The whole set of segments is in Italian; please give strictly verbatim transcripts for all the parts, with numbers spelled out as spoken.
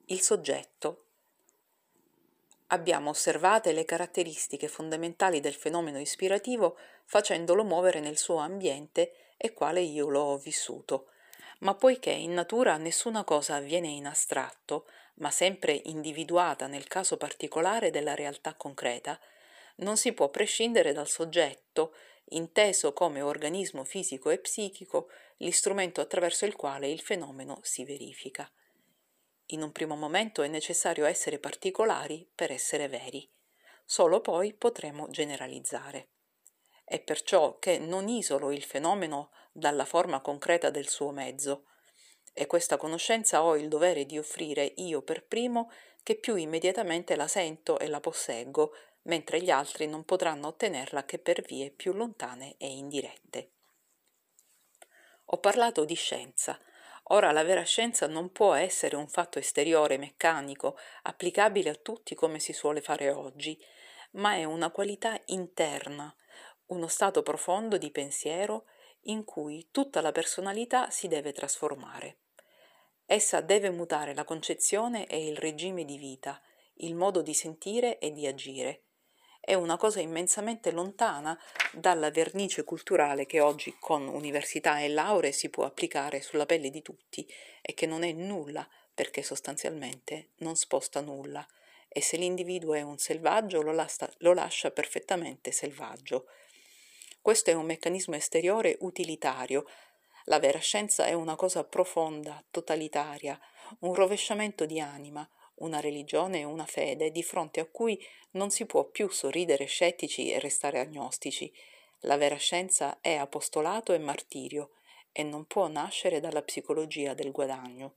Il soggetto. Abbiamo osservate le caratteristiche fondamentali del fenomeno ispirativo facendolo muovere nel suo ambiente e quale io lo ho vissuto. Ma poiché in natura nessuna cosa avviene in astratto, ma sempre individuata nel caso particolare della realtà concreta, non si può prescindere dal soggetto, inteso come organismo fisico e psichico, l'istrumento attraverso il quale il fenomeno si verifica. In un primo momento è necessario essere particolari per essere veri, solo poi potremo generalizzare. È perciò che non isolo il fenomeno dalla forma concreta del suo mezzo, e questa conoscenza ho il dovere di offrire io per primo, che più immediatamente la sento e la posseggo, mentre gli altri non potranno ottenerla che per vie più lontane e indirette. Ho parlato di scienza. Ora la vera scienza non può essere un fatto esteriore, meccanico, applicabile a tutti come si suole fare oggi, ma è una qualità interna, uno stato profondo di pensiero in cui tutta la personalità si deve trasformare. Essa deve mutare la concezione e il regime di vita, il modo di sentire e di agire. È una cosa immensamente lontana dalla vernice culturale che oggi con università e lauree si può applicare sulla pelle di tutti e che non è nulla perché sostanzialmente non sposta nulla e se l'individuo è un selvaggio lo, lascia, lo lascia perfettamente selvaggio. Questo è un meccanismo esteriore utilitario. La vera scienza è una cosa profonda, totalitaria, un rovesciamento di anima, una religione e una fede di fronte a cui non si può più sorridere scettici e restare agnostici. La vera scienza è apostolato e martirio e non può nascere dalla psicologia del guadagno.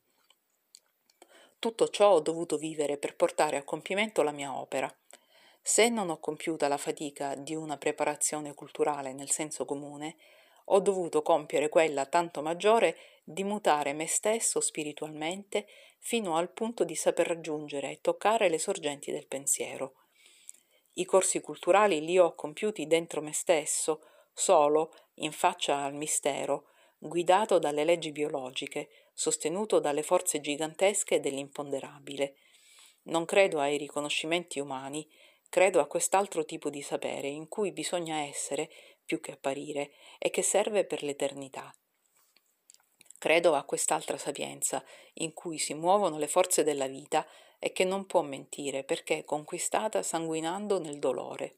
Tutto ciò ho dovuto vivere per portare a compimento la mia opera. Se non ho compiuta la fatica di una preparazione culturale nel senso comune, ho dovuto compiere quella tanto maggiore di mutare me stesso spiritualmente fino al punto di saper raggiungere e toccare le sorgenti del pensiero. I corsi culturali li ho compiuti dentro me stesso, solo, in faccia al mistero, guidato dalle leggi biologiche, sostenuto dalle forze gigantesche dell'imponderabile. Non credo ai riconoscimenti umani, credo a quest'altro tipo di sapere in cui bisogna essere più che apparire e che serve per l'eternità. Credo a quest'altra sapienza in cui si muovono le forze della vita e che non può mentire perché è conquistata sanguinando nel dolore.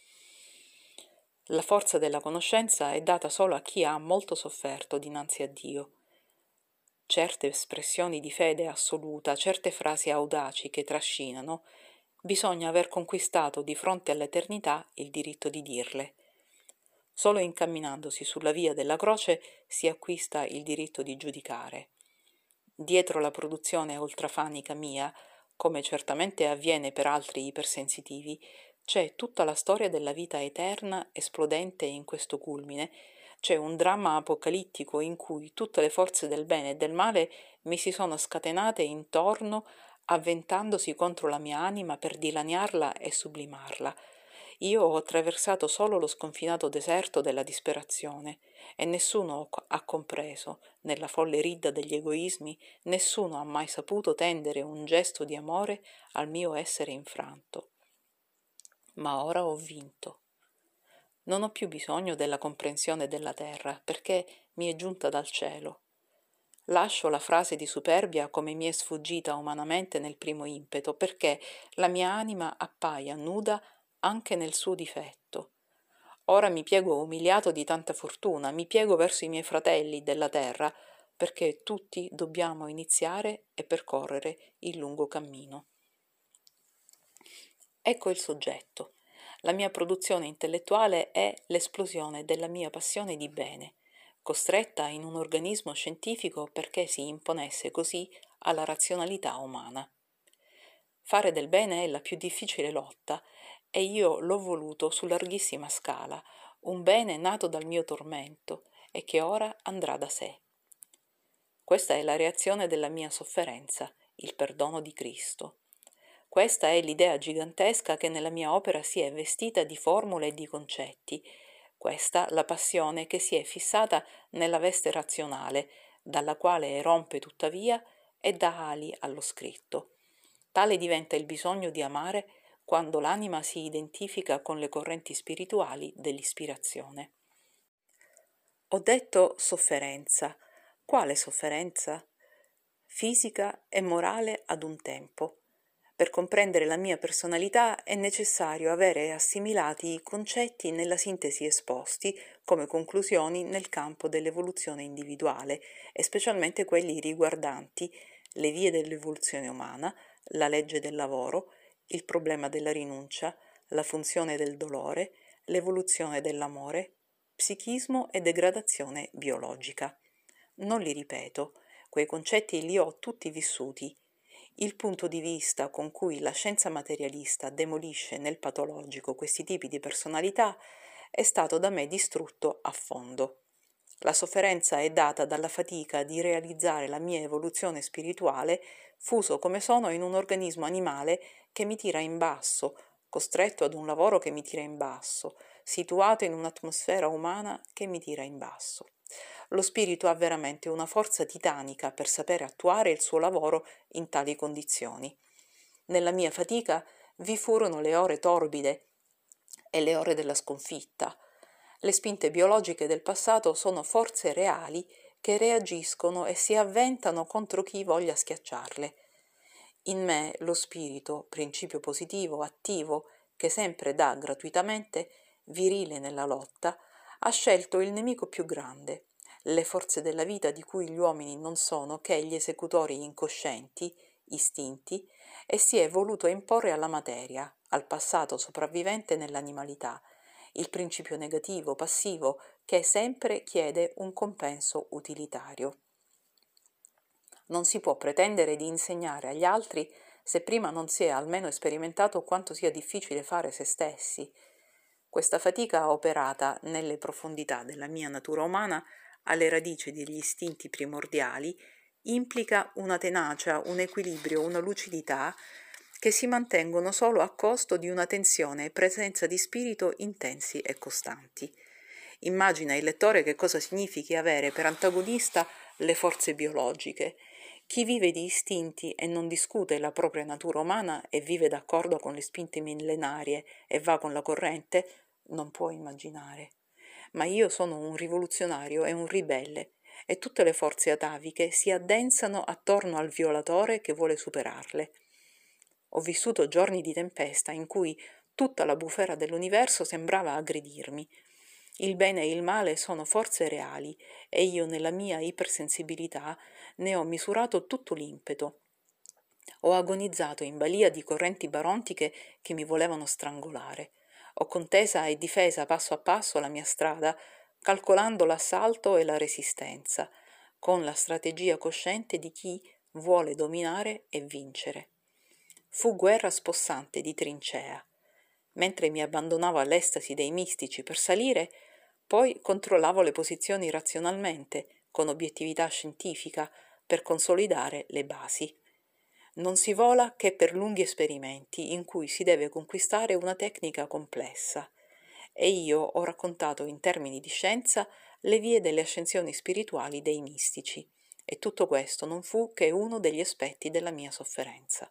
La forza della conoscenza è data solo a chi ha molto sofferto dinanzi a Dio. Certe espressioni di fede assoluta, certe frasi audaci che trascinano, bisogna aver conquistato di fronte all'eternità il diritto di dirle. Solo incamminandosi sulla via della croce si acquista il diritto di giudicare. Dietro la produzione ultrafanica mia, come certamente avviene per altri ipersensitivi, c'è tutta la storia della vita eterna esplodente in questo culmine, c'è un dramma apocalittico in cui tutte le forze del bene e del male mi si sono scatenate intorno, avventandosi contro la mia anima per dilaniarla e sublimarla. Io ho attraversato solo lo sconfinato deserto della disperazione e nessuno ha compreso, nella folle ridda degli egoismi, nessuno ha mai saputo tendere un gesto di amore al mio essere infranto. Ma ora ho vinto. Non ho più bisogno della comprensione della terra, perché mi è giunta dal cielo. Lascio la frase di superbia come mi è sfuggita umanamente nel primo impeto, perché la mia anima appaia nuda anche nel suo difetto. Ora mi piego umiliato di tanta fortuna, mi piego verso i miei fratelli della terra, perché tutti dobbiamo iniziare e percorrere il lungo cammino. Ecco il soggetto. La mia produzione intellettuale è l'esplosione della mia passione di bene, costretta in un organismo scientifico perché si imponesse così alla razionalità umana. Fare del bene è la più difficile lotta e io l'ho voluto su larghissima scala, un bene nato dal mio tormento e che ora andrà da sé. Questa è la reazione della mia sofferenza, il perdono di Cristo. Questa è l'idea gigantesca che nella mia opera si è vestita di formule e di concetti. Questa la passione che si è fissata nella veste razionale, dalla quale rompe tuttavia e dà ali allo scritto. Tale diventa il bisogno di amare quando l'anima si identifica con le correnti spirituali dell'ispirazione. Ho detto sofferenza. Quale sofferenza? Fisica e morale ad un tempo. Per comprendere la mia personalità è necessario avere assimilati i concetti nella sintesi esposti come conclusioni nel campo dell'evoluzione individuale e specialmente quelli riguardanti le vie dell'evoluzione umana, la legge del lavoro, il problema della rinuncia, la funzione del dolore, l'evoluzione dell'amore, psichismo e degradazione biologica. Non li ripeto, quei concetti li ho tutti vissuti. Il punto di vista con cui la scienza materialista demolisce nel patologico questi tipi di personalità è stato da me distrutto a fondo. La sofferenza è data dalla fatica di realizzare la mia evoluzione spirituale, fuso come sono in un organismo animale che mi tira in basso, costretto ad un lavoro che mi tira in basso, situato in un'atmosfera umana che mi tira in basso. Lo spirito ha veramente una forza titanica per sapere attuare il suo lavoro in tali condizioni. Nella mia fatica vi furono le ore torbide e le ore della sconfitta. Le spinte biologiche del passato sono forze reali che reagiscono e si avventano contro chi voglia schiacciarle. In me lo spirito, principio positivo, attivo, che sempre dà gratuitamente, virile nella lotta, ha scelto il nemico più grande, le forze della vita di cui gli uomini non sono che gli esecutori incoscienti, istinti, e si è voluto imporre alla materia, al passato sopravvivente nell'animalità, il principio negativo, passivo, che sempre chiede un compenso utilitario. Non si può pretendere di insegnare agli altri se prima non si è almeno sperimentato quanto sia difficile fare se stessi. Questa fatica operata nelle profondità della mia natura umana, alle radici degli istinti primordiali, implica una tenacia, un equilibrio, una lucidità che si mantengono solo a costo di una tensione e presenza di spirito intensi e costanti. Immagina il lettore che cosa significhi avere per antagonista le forze biologiche. Chi vive di istinti e non discute la propria natura umana e vive d'accordo con le spinte millenarie e va con la corrente, non può immaginare. Ma io sono un rivoluzionario e un ribelle, e tutte le forze ataviche si addensano attorno al violatore che vuole superarle. Ho vissuto giorni di tempesta in cui tutta la bufera dell'universo sembrava aggredirmi. Il bene e il male sono forze reali e io nella mia ipersensibilità ne ho misurato tutto l'impeto. Ho agonizzato in balia di correnti barontiche che mi volevano strangolare. Ho contesa e difesa passo a passo la mia strada, calcolando l'assalto e la resistenza, con la strategia cosciente di chi vuole dominare e vincere. Fu guerra spossante di trincea. Mentre mi abbandonavo all'estasi dei mistici per salire, poi controllavo le posizioni razionalmente, con obiettività scientifica, per consolidare le basi. Non si vola che per lunghi esperimenti in cui si deve conquistare una tecnica complessa. E io ho raccontato in termini di scienza le vie delle ascensioni spirituali dei mistici, e tutto questo non fu che uno degli aspetti della mia sofferenza.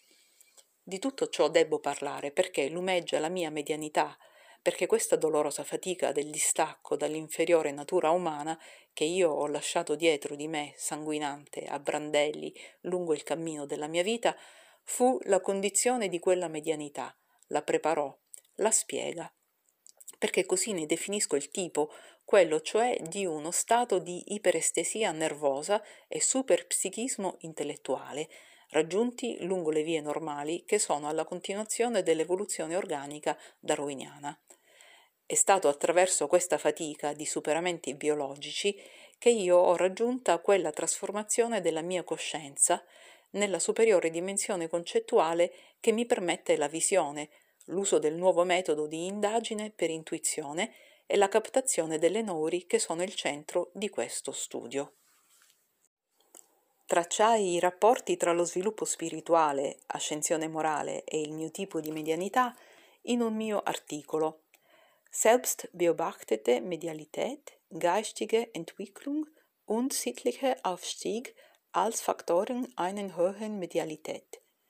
Di tutto ciò debbo parlare perché lumeggia la mia medianità, perché questa dolorosa fatica del distacco dall'inferiore natura umana che io ho lasciato dietro di me sanguinante a brandelli lungo il cammino della mia vita fu la condizione di quella medianità, la preparò, la spiega, perché così ne definisco il tipo, quello cioè di uno stato di iperestesia nervosa e superpsichismo intellettuale, raggiunti lungo le vie normali che sono alla continuazione dell'evoluzione organica darwiniana. È stato attraverso questa fatica di superamenti biologici che io ho raggiunta quella trasformazione della mia coscienza nella superiore dimensione concettuale che mi permette la visione, l'uso del nuovo metodo di indagine per intuizione e la captazione delle neuri che sono il centro di questo studio. Tracciai i rapporti tra lo sviluppo spirituale, ascensione morale e il mio tipo di medianità in un mio articolo Selbstbeobachtete Medialität, geistige Entwicklung und sittlicher Aufstieg als Faktoren einer höheren Medialität.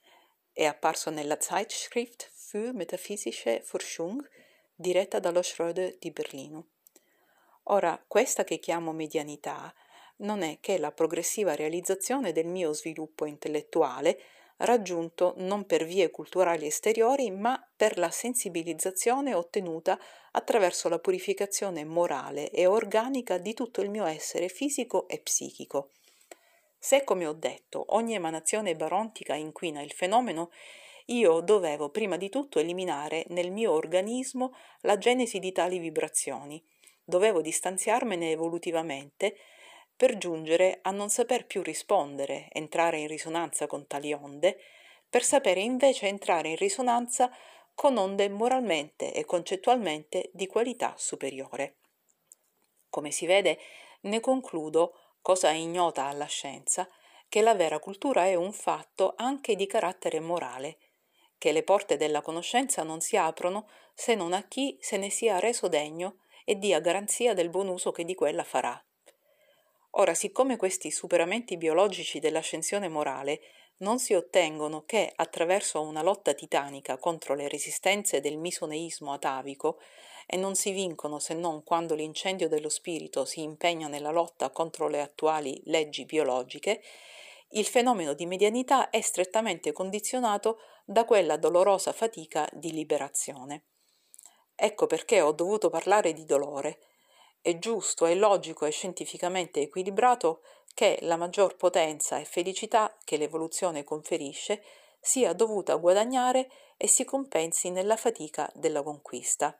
È apparso nella Zeitschrift für metaphysische Forschung, diretta dallo Schröder di Berlino. Ora, questa che chiamo medianità non è che la progressiva realizzazione del mio sviluppo intellettuale, raggiunto non per vie culturali esteriori, ma per la sensibilizzazione ottenuta attraverso la purificazione morale e organica di tutto il mio essere fisico e psichico. Se, come ho detto, ogni emanazione barontica inquina il fenomeno, io dovevo prima di tutto eliminare nel mio organismo la genesi di tali vibrazioni, dovevo distanziarmene evolutivamente per giungere a non saper più rispondere, entrare in risonanza con tali onde, per sapere invece entrare in risonanza con onde moralmente e concettualmente di qualità superiore. Come si vede, ne concludo, cosa ignota alla scienza, che la vera cultura è un fatto anche di carattere morale, che le porte della conoscenza non si aprono se non a chi se ne sia reso degno e dia garanzia del buon uso che di quella farà. Ora, siccome questi superamenti biologici dell'ascensione morale non si ottengono che attraverso una lotta titanica contro le resistenze del misoneismo atavico e non si vincono se non quando l'incendio dello spirito si impegna nella lotta contro le attuali leggi biologiche, il fenomeno di medianità è strettamente condizionato da quella dolorosa fatica di liberazione. Ecco perché ho dovuto parlare di dolore. È giusto, è logico e scientificamente equilibrato che la maggior potenza e felicità che l'evoluzione conferisce sia dovuta a guadagnare e si compensi nella fatica della conquista.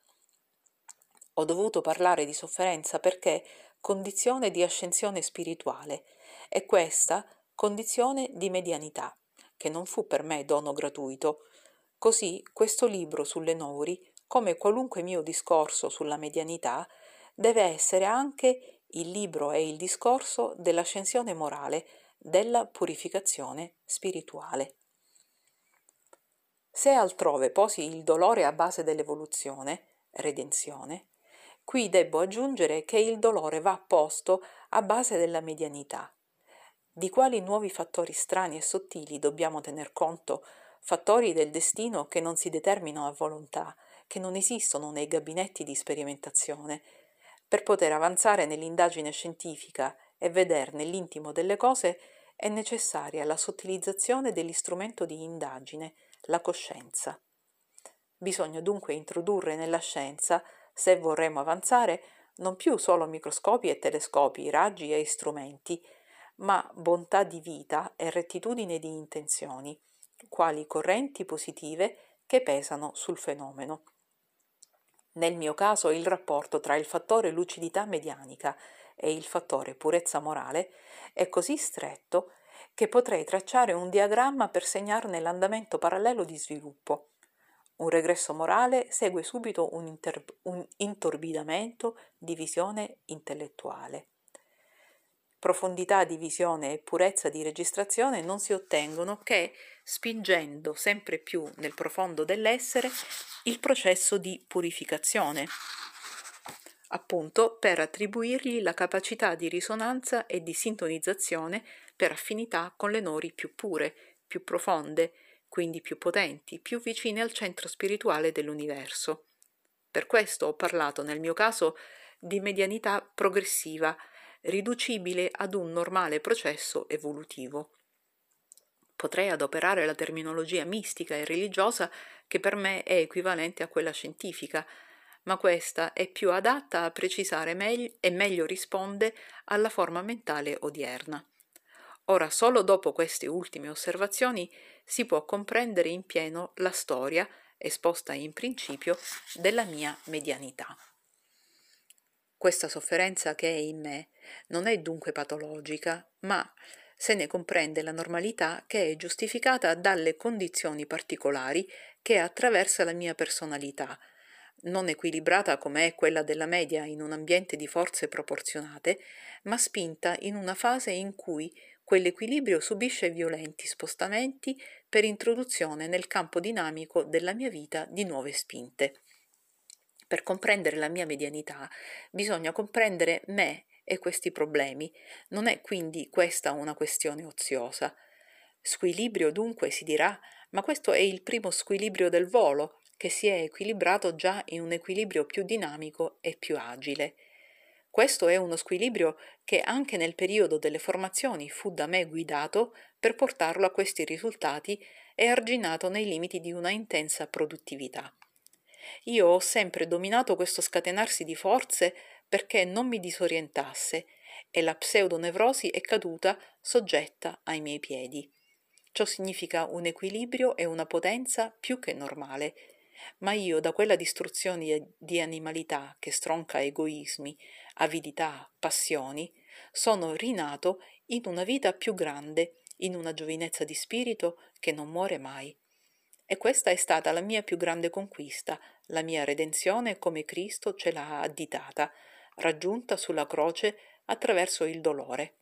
Ho dovuto parlare di sofferenza perché condizione di ascensione spirituale e questa condizione di medianità, che non fu per me dono gratuito. Così questo libro sulle Nori, come qualunque mio discorso sulla medianità, deve essere anche il libro e il discorso dell'ascensione morale, della purificazione spirituale. Se altrove posi il dolore a base dell'evoluzione, redenzione, qui debbo aggiungere che il dolore va posto a base della medianità. Di quali nuovi fattori strani e sottili dobbiamo tener conto, fattori del destino che non si determinano a volontà, che non esistono nei gabinetti di sperimentazione, per poter avanzare nell'indagine scientifica e vedere nell'intimo delle cose è necessaria la sottilizzazione dell'istrumento di indagine, la coscienza. Bisogna dunque introdurre nella scienza, se vorremmo avanzare, non più solo microscopi e telescopi, raggi e strumenti, ma bontà di vita e rettitudine di intenzioni, quali correnti positive che pesano sul fenomeno. Nel mio caso il rapporto tra il fattore lucidità medianica e il fattore purezza morale è così stretto che potrei tracciare un diagramma per segnarne l'andamento parallelo di sviluppo. Un regresso morale segue subito un, inter- un intorbidamento di visione intellettuale. Profondità di visione e purezza di registrazione non si ottengono che spingendo sempre più nel profondo dell'essere il processo di purificazione, appunto per attribuirgli la capacità di risonanza e di sintonizzazione per affinità con le nori più pure, più profonde, quindi più potenti, più vicine al centro spirituale dell'universo. Per questo ho parlato nel mio caso di medianità progressiva, riducibile ad un normale processo evolutivo. Potrei adoperare la terminologia mistica e religiosa che per me è equivalente a quella scientifica, ma questa è più adatta a precisare meglio e meglio risponde alla forma mentale odierna. Ora, solo dopo queste ultime osservazioni si può comprendere in pieno la storia, esposta in principio, della mia medianità. Questa sofferenza che è in me non è dunque patologica, ma se ne comprende la normalità che è giustificata dalle condizioni particolari che attraversa la mia personalità, non equilibrata come è quella della media in un ambiente di forze proporzionate, ma spinta in una fase in cui quell'equilibrio subisce violenti spostamenti per introduzione nel campo dinamico della mia vita di nuove spinte. Per comprendere la mia medianità bisogna comprendere me e questi problemi, non è quindi questa una questione oziosa. Squilibrio dunque si dirà, ma questo è il primo squilibrio del volo, che si è equilibrato già in un equilibrio più dinamico e più agile. Questo è uno squilibrio che anche nel periodo delle formazioni fu da me guidato per portarlo a questi risultati e arginato nei limiti di una intensa produttività. Io ho sempre dominato questo scatenarsi di forze perché non mi disorientasse e la pseudonevrosi è caduta soggetta ai miei piedi. Ciò significa un equilibrio e una potenza più che normale, ma io da quella distruzione di animalità che stronca egoismi, avidità, passioni, sono rinato in una vita più grande, in una giovinezza di spirito che non muore mai. E questa è stata la mia più grande conquista, la mia redenzione come Cristo ce l'ha additata, raggiunta sulla croce attraverso il dolore.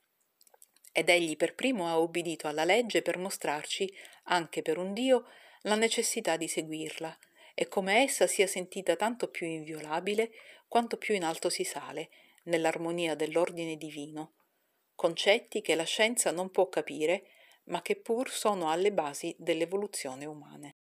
Ed egli per primo ha obbedito alla legge per mostrarci, anche per un Dio, la necessità di seguirla, e come essa sia sentita tanto più inviolabile quanto più in alto si sale, nell'armonia dell'ordine divino, concetti che la scienza non può capire, ma che pur sono alle basi dell'evoluzione umana.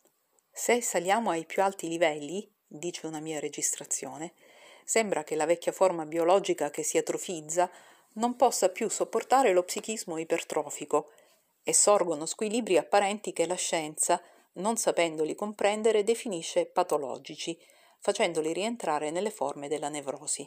Se saliamo ai più alti livelli, dice una mia registrazione, sembra che la vecchia forma biologica che si atrofizza non possa più sopportare lo psichismo ipertrofico e sorgono squilibri apparenti che la scienza, non sapendoli comprendere, definisce patologici, facendoli rientrare nelle forme della nevrosi.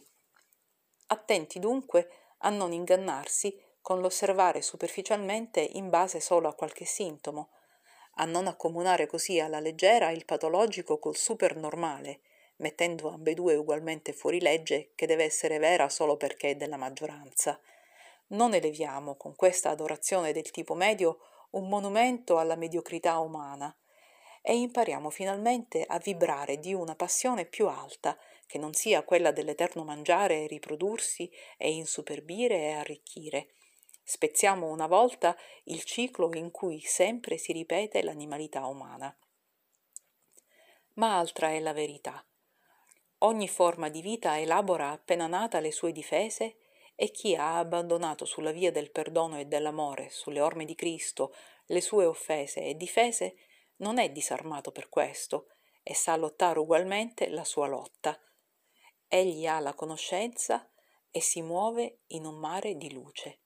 Attenti dunque a non ingannarsi con l'osservare superficialmente in base solo a qualche sintomo, a non accomunare così alla leggera il patologico col supernormale, mettendo ambedue ugualmente fuori legge che deve essere vera solo perché è della maggioranza. Non eleviamo con questa adorazione del tipo medio un monumento alla mediocrità umana e impariamo finalmente a vibrare di una passione più alta, che non sia quella dell'eterno mangiare e riprodursi e insuperbire e arricchire. Spezziamo una volta il ciclo in cui sempre si ripete l'animalità umana. Ma altra è la verità. Ogni forma di vita elabora appena nata le sue difese e chi ha abbandonato sulla via del perdono e dell'amore, sulle orme di Cristo, le sue offese e difese, non è disarmato per questo e sa lottare ugualmente la sua lotta. Egli ha la conoscenza e si muove in un mare di luce.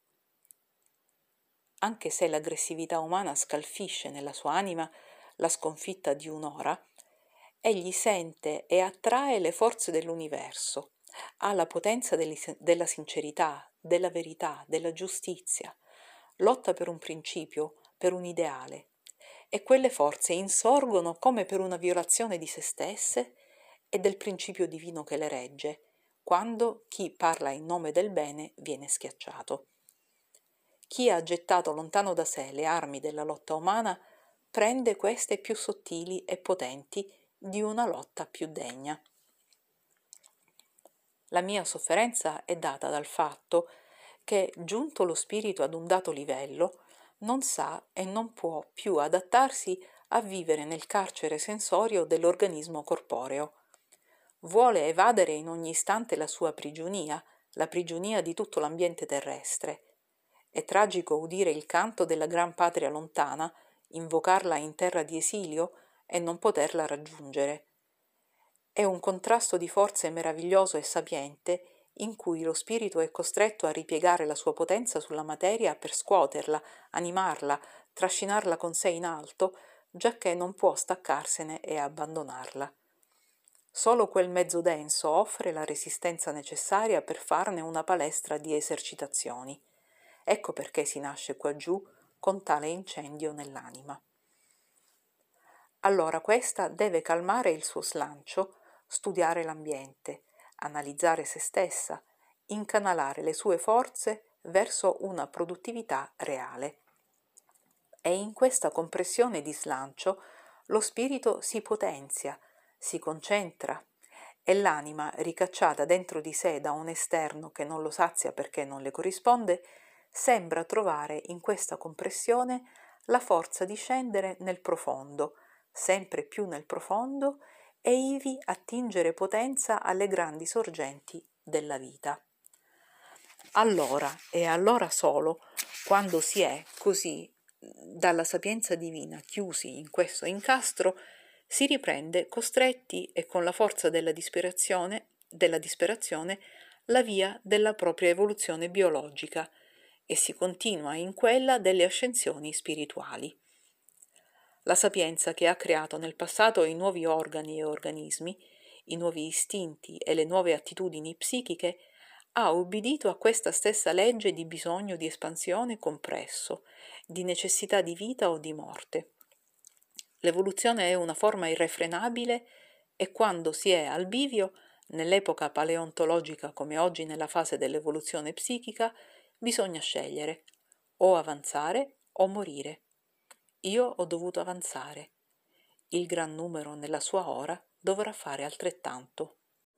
Anche se l'aggressività umana scalfisce nella sua anima la sconfitta di un'ora, egli sente e attrae le forze dell'universo, ha la potenza della sincerità, della verità, della giustizia, lotta per un principio, per un ideale, e quelle forze insorgono come per una violazione di se stesse e del principio divino che le regge, quando chi parla in nome del bene viene schiacciato. Chi ha gettato lontano da sé le armi della lotta umana prende queste più sottili e potenti di una lotta più degna. La mia sofferenza è data dal fatto che, giunto lo spirito ad un dato livello, non sa e non può più adattarsi a vivere nel carcere sensorio dell'organismo corporeo. Vuole evadere in ogni istante la sua prigionia, la prigionia di tutto l'ambiente terrestre. È tragico udire il canto della gran patria lontana, invocarla in terra di esilio e non poterla raggiungere. È un contrasto di forze meraviglioso e sapiente in cui lo spirito è costretto a ripiegare la sua potenza sulla materia per scuoterla, animarla, trascinarla con sé in alto, giacché non può staccarsene e abbandonarla. Solo quel mezzo denso offre la resistenza necessaria per farne una palestra di esercitazioni. Ecco perché si nasce qua giù con tale incendio nell'anima. Allora questa deve calmare il suo slancio, studiare l'ambiente, analizzare se stessa, incanalare le sue forze verso una produttività reale. E in questa compressione di slancio lo spirito si potenzia, si concentra e l'anima, ricacciata dentro di sé da un esterno che non lo sazia perché non le corrisponde, sembra trovare in questa compressione la forza di scendere nel profondo, sempre più nel profondo, e ivi attingere potenza alle grandi sorgenti della vita. Allora, e allora solo, quando si è così dalla sapienza divina chiusi in questo incastro, si riprende costretti e con la forza della disperazione, della disperazione la via della propria evoluzione biologica e si continua in quella delle ascensioni spirituali. La sapienza che ha creato nel passato i nuovi organi e organismi, i nuovi istinti e le nuove attitudini psichiche, ha ubbidito a questa stessa legge di bisogno di espansione compresso, di necessità di vita o di morte. L'evoluzione è una forma irrefrenabile e quando si è al bivio, nell'epoca paleontologica come oggi nella fase dell'evoluzione psichica, bisogna scegliere o avanzare o morire. Io ho dovuto avanzare. Il gran numero nella sua ora dovrà fare altrettanto.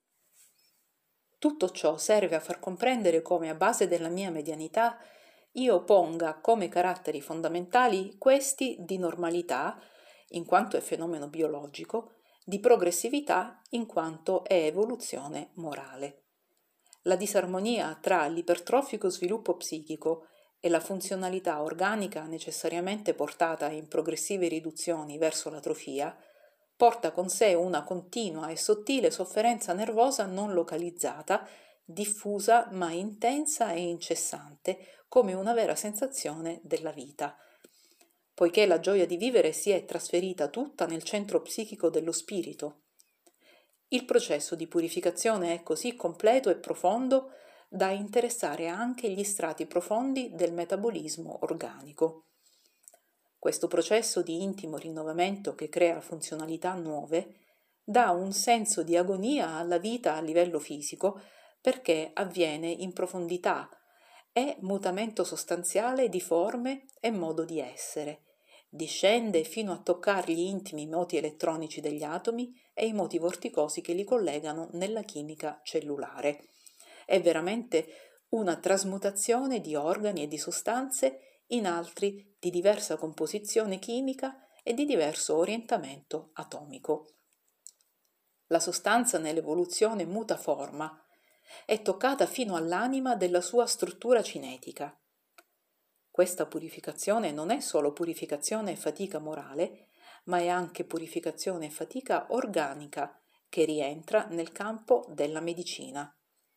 Tutto ciò serve a far comprendere come a base della mia medianità io ponga come caratteri fondamentali questi di normalità, in quanto è fenomeno biologico, di progressività, in quanto è evoluzione morale. La disarmonia tra l'ipertrofico sviluppo psichico e la funzionalità organica necessariamente portata in progressive riduzioni verso l'atrofia porta con sé una continua e sottile sofferenza nervosa non localizzata, diffusa ma intensa e incessante, come una vera sensazione della vita. Poiché la gioia di vivere si è trasferita tutta nel centro psichico dello spirito. Il processo di purificazione è così completo e profondo da interessare anche gli strati profondi del metabolismo organico. Questo processo di intimo rinnovamento che crea funzionalità nuove dà un senso di agonia alla vita a livello fisico perché avviene in profondità, è mutamento sostanziale di forme e modo di essere. Discende fino a toccare gli intimi moti elettronici degli atomi e i moti vorticosi che li collegano nella chimica cellulare. È veramente una trasmutazione di organi e di sostanze in altri di diversa composizione chimica e di diverso orientamento atomico. La sostanza nell'evoluzione muta forma, è toccata fino all'anima della sua struttura cinetica. Questa purificazione non è solo purificazione e fatica morale, ma è anche purificazione e fatica organica che rientra nel campo della medicina.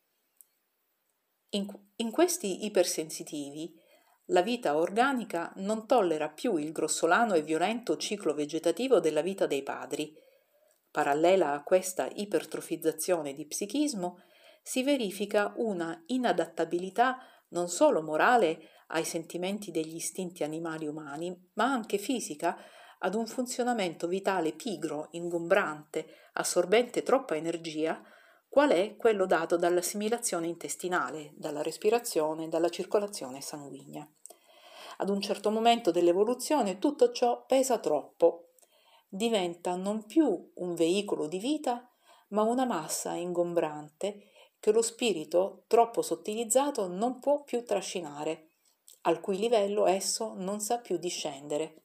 In, in questi ipersensitivi, la vita organica non tollera più il grossolano e violento ciclo vegetativo della vita dei padri. Parallela a questa ipertrofizzazione di psichismo, si verifica una inadattabilità non solo morale ai sentimenti degli istinti animali umani, ma anche fisica ad un funzionamento vitale pigro, ingombrante, assorbente troppa energia, qual è quello dato dall'assimilazione intestinale, dalla respirazione, dalla circolazione sanguigna. Ad un certo momento dell'evoluzione tutto ciò pesa troppo, diventa non più un veicolo di vita, ma una massa ingombrante che lo spirito, troppo sottilizzato, non può più trascinare, al cui livello esso non sa più discendere.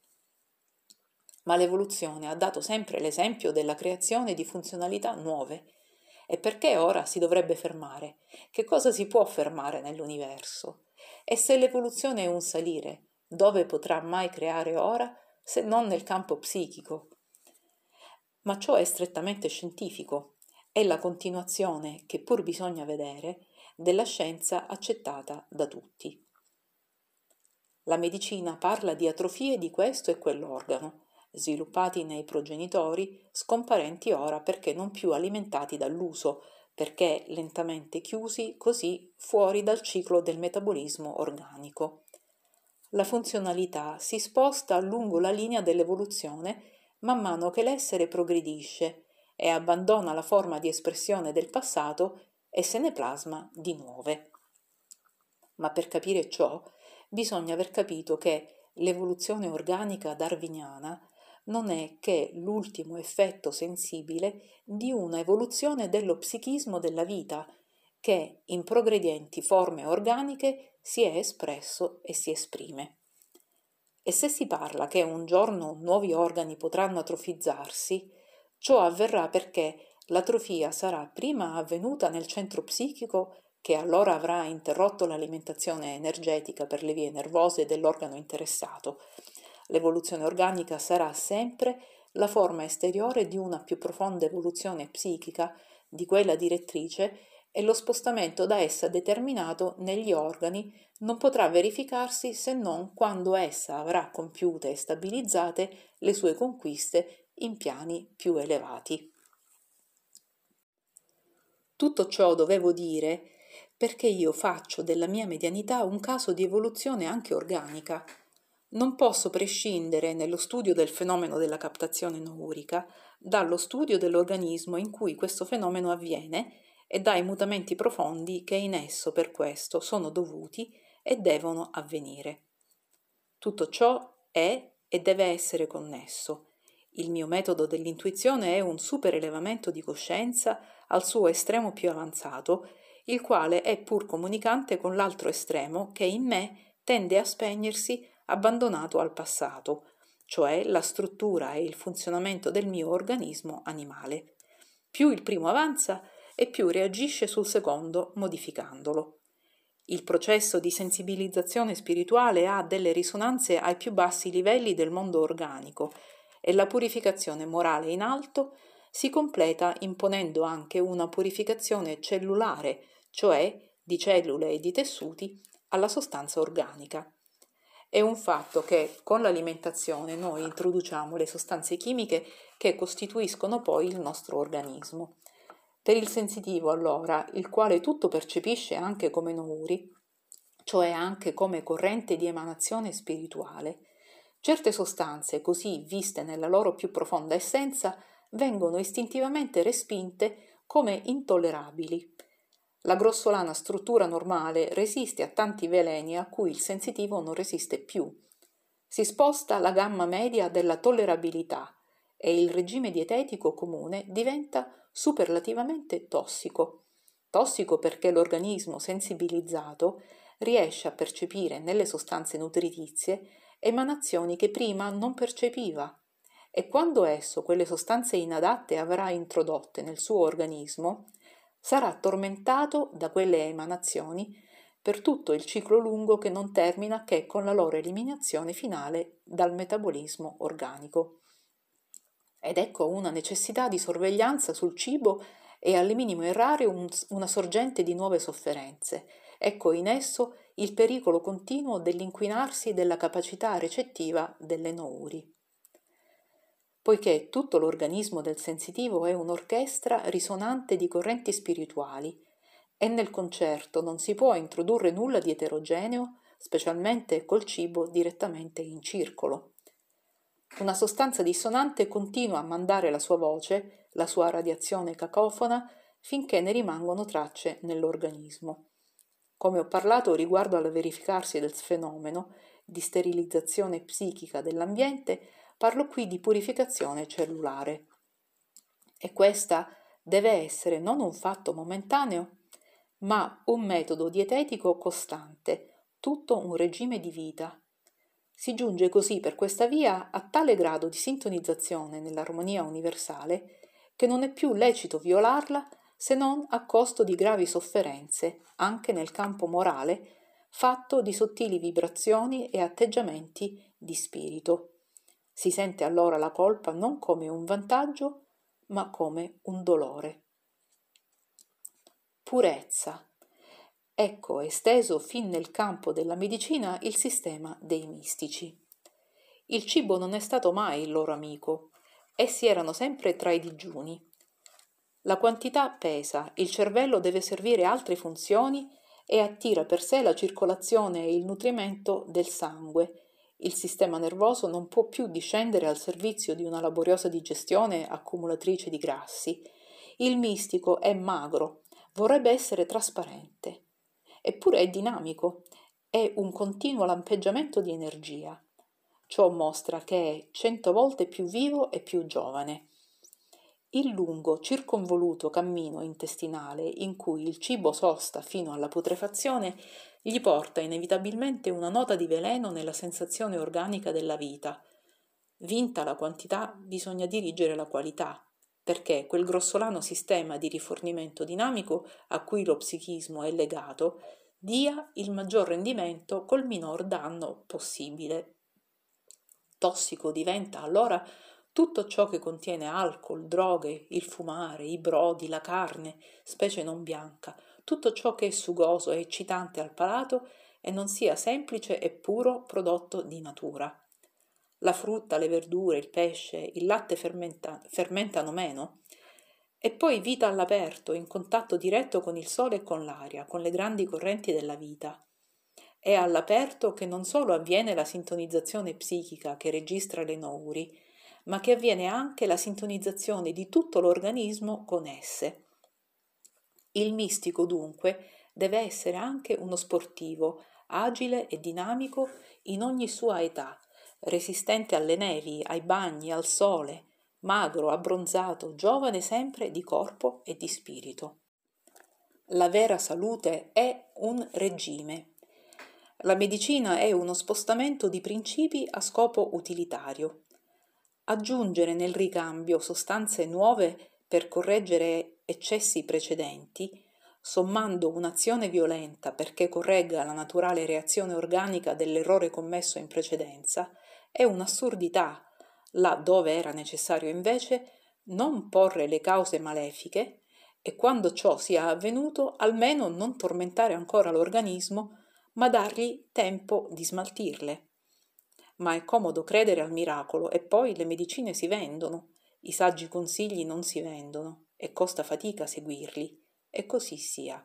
Ma l'evoluzione ha dato sempre l'esempio della creazione di funzionalità nuove. E perché ora si dovrebbe fermare? Che cosa si può fermare nell'universo? E se l'evoluzione è un salire, dove potrà mai creare ora se non nel campo psichico? Ma ciò è strettamente scientifico. È la continuazione, che pur bisogna vedere, della scienza accettata da tutti. La medicina parla di atrofie di questo e quell'organo, sviluppati nei progenitori, scomparenti ora perché non più alimentati dall'uso, perché lentamente chiusi così fuori dal ciclo del metabolismo organico. La funzionalità si sposta lungo la linea dell'evoluzione man mano che l'essere progredisce e abbandona la forma di espressione del passato e se ne plasma di nuove. Ma per capire ciò bisogna aver capito che l'evoluzione organica darwiniana non è che l'ultimo effetto sensibile di una evoluzione dello psichismo della vita che in progredienti forme organiche si è espresso e si esprime. E se si parla che un giorno nuovi organi potranno atrofizzarsi, ciò avverrà perché l'atrofia sarà prima avvenuta nel centro psichico che allora avrà interrotto l'alimentazione energetica per le vie nervose dell'organo interessato. L'evoluzione organica sarà sempre la forma esteriore di una più profonda evoluzione psichica di quella direttrice e lo spostamento da essa determinato negli organi non potrà verificarsi se non quando essa avrà compiute e stabilizzate le sue conquiste in piani più elevati. Tutto ciò dovevo dire perché io faccio della mia medianità un caso di evoluzione anche organica. Non posso prescindere, nello studio del fenomeno della captazione nourica, dallo studio dell'organismo in cui questo fenomeno avviene e dai mutamenti profondi che in esso per questo sono dovuti e devono avvenire. Tutto ciò è e deve essere connesso. Il mio metodo dell'intuizione è un superelevamento di coscienza al suo estremo più avanzato, il quale è pur comunicante con l'altro estremo che in me tende a spegnersi abbandonato al passato, cioè la struttura e il funzionamento del mio organismo animale. Più il primo avanza e più reagisce sul secondo modificandolo. Il processo di sensibilizzazione spirituale ha delle risonanze ai più bassi livelli del mondo organico e la purificazione morale in alto si completa imponendo anche una purificazione cellulare, cioè di cellule e di tessuti, alla sostanza organica. È un fatto che con l'alimentazione noi introduciamo le sostanze chimiche che costituiscono poi il nostro organismo. Per il sensitivo, allora, il quale tutto percepisce anche come nouri, cioè anche come corrente di emanazione spirituale, certe sostanze, così viste nella loro più profonda essenza, vengono istintivamente respinte come intollerabili. La grossolana struttura normale resiste a tanti veleni a cui il sensitivo non resiste più. Si sposta la gamma media della tollerabilità e il regime dietetico comune diventa superlativamente tossico. Tossico perché l'organismo sensibilizzato riesce a percepire nelle sostanze nutritizie emanazioni che prima non percepiva e quando esso quelle sostanze inadatte avrà introdotte nel suo organismo sarà tormentato da quelle emanazioni per tutto il ciclo lungo che non termina che con la loro eliminazione finale dal metabolismo organico. Ed ecco una necessità di sorveglianza sul cibo e alle minime errare un, una sorgente di nuove sofferenze. Ecco in esso il pericolo continuo dell'inquinarsi della capacità recettiva delle nouri. Poiché tutto l'organismo del sensitivo è un'orchestra risonante di correnti spirituali e nel concerto non si può introdurre nulla di eterogeneo, specialmente col cibo direttamente in circolo. Una sostanza dissonante continua a mandare la sua voce, la sua radiazione cacofona, finché ne rimangono tracce nell'organismo. Come ho parlato riguardo al verificarsi del fenomeno di sterilizzazione psichica dell'ambiente, parlo qui di purificazione cellulare. E questa deve essere non un fatto momentaneo, ma un metodo dietetico costante, tutto un regime di vita. Si giunge così per questa via a tale grado di sintonizzazione nell'armonia universale che non è più lecito violarla se non a costo di gravi sofferenze, anche nel campo morale, fatto di sottili vibrazioni e atteggiamenti di spirito. Si sente allora la colpa non come un vantaggio, ma come un dolore. Purezza. Ecco esteso fin nel campo della medicina il sistema dei mistici. Il cibo non è stato mai il loro amico, essi erano sempre tra i digiuni. La quantità pesa, il cervello deve servire altre funzioni e attira per sé la circolazione e il nutrimento del sangue. Il sistema nervoso non può più discendere al servizio di una laboriosa digestione accumulatrice di grassi. Il mistico è magro, vorrebbe essere trasparente. Eppure è dinamico, è un continuo lampeggiamento di energia. Ciò mostra che è cento volte più vivo e più giovane. Il lungo, circonvoluto cammino intestinale in cui il cibo sosta fino alla putrefazione gli porta inevitabilmente una nota di veleno nella sensazione organica della vita. Vinta la quantità, bisogna dirigere la qualità. perché quel grossolano sistema di rifornimento dinamico a cui lo psichismo è legato dia il maggior rendimento col minor danno possibile. Tossico diventa allora tutto ciò che contiene alcol, droghe, il fumare, i brodi, la carne, specie non bianca, tutto ciò che è sugoso e eccitante al palato e non sia semplice e puro prodotto di natura. La frutta, le verdure, il pesce, il latte fermenta, fermentano meno? E poi vita all'aperto, in contatto diretto con il sole e con l'aria, con le grandi correnti della vita. È all'aperto che non solo avviene la sintonizzazione psichica che registra le nouri, ma che avviene anche la sintonizzazione di tutto l'organismo con esse. Il mistico, dunque, deve essere anche uno sportivo, agile e dinamico in ogni sua età, resistente alle nevi, ai bagni, al sole, magro, abbronzato, giovane sempre di corpo e di spirito. La vera salute è un regime. La medicina è uno spostamento di principi a scopo utilitario. Aggiungere nel ricambio sostanze nuove per correggere eccessi precedenti, sommando un'azione violenta perché corregga la naturale reazione organica dell'errore commesso in precedenza, è un'assurdità, là dove era necessario invece non porre le cause malefiche e quando ciò sia avvenuto almeno non tormentare ancora l'organismo, ma dargli tempo di smaltirle. Ma è comodo credere al miracolo e poi le medicine si vendono, i saggi consigli non si vendono e costa fatica seguirli, e così sia.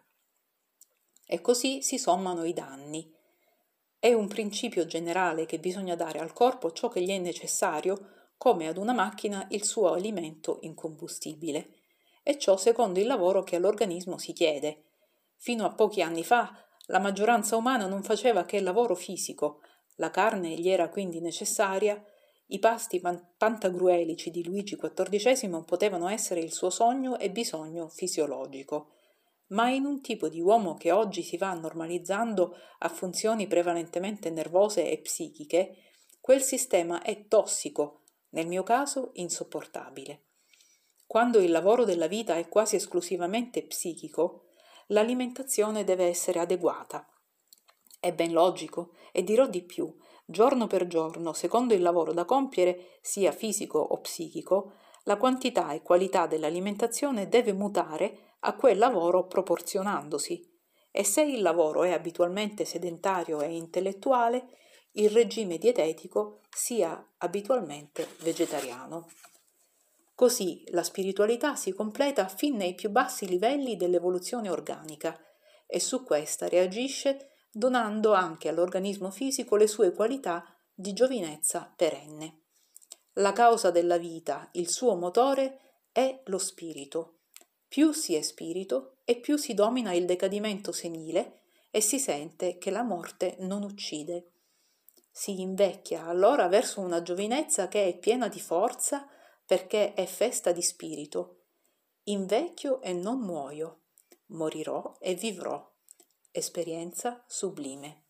E così si sommano i danni. È un principio generale che bisogna dare al corpo ciò che gli è necessario, come ad una macchina il suo alimento incombustibile, e ciò secondo il lavoro che all'organismo si chiede. Fino a pochi anni fa la maggioranza umana non faceva che lavoro fisico, la carne gli era quindi necessaria, i pasti pantagruelici di Luigi quattordicesimo potevano essere il suo sogno e bisogno fisiologico. Ma in un tipo di uomo che oggi si va normalizzando a funzioni prevalentemente nervose e psichiche, quel sistema è tossico, nel mio caso insopportabile. Quando il lavoro della vita è quasi esclusivamente psichico, l'alimentazione deve essere adeguata. È ben logico, e dirò di più, giorno per giorno, secondo il lavoro da compiere, sia fisico o psichico, la quantità e qualità dell'alimentazione deve mutare a quel lavoro proporzionandosi, e se il lavoro è abitualmente sedentario e intellettuale, il regime dietetico sia abitualmente vegetariano. Così la spiritualità si completa fin nei più bassi livelli dell'evoluzione organica e su questa reagisce donando anche all'organismo fisico le sue qualità di giovinezza perenne. La causa della vita, il suo motore, è lo spirito. Più si è spirito e più si domina il decadimento senile e si sente che la morte non uccide. Si invecchia allora verso una giovinezza che è piena di forza perché è festa di spirito. Invecchio e non muoio, morirò e vivrò. Esperienza sublime.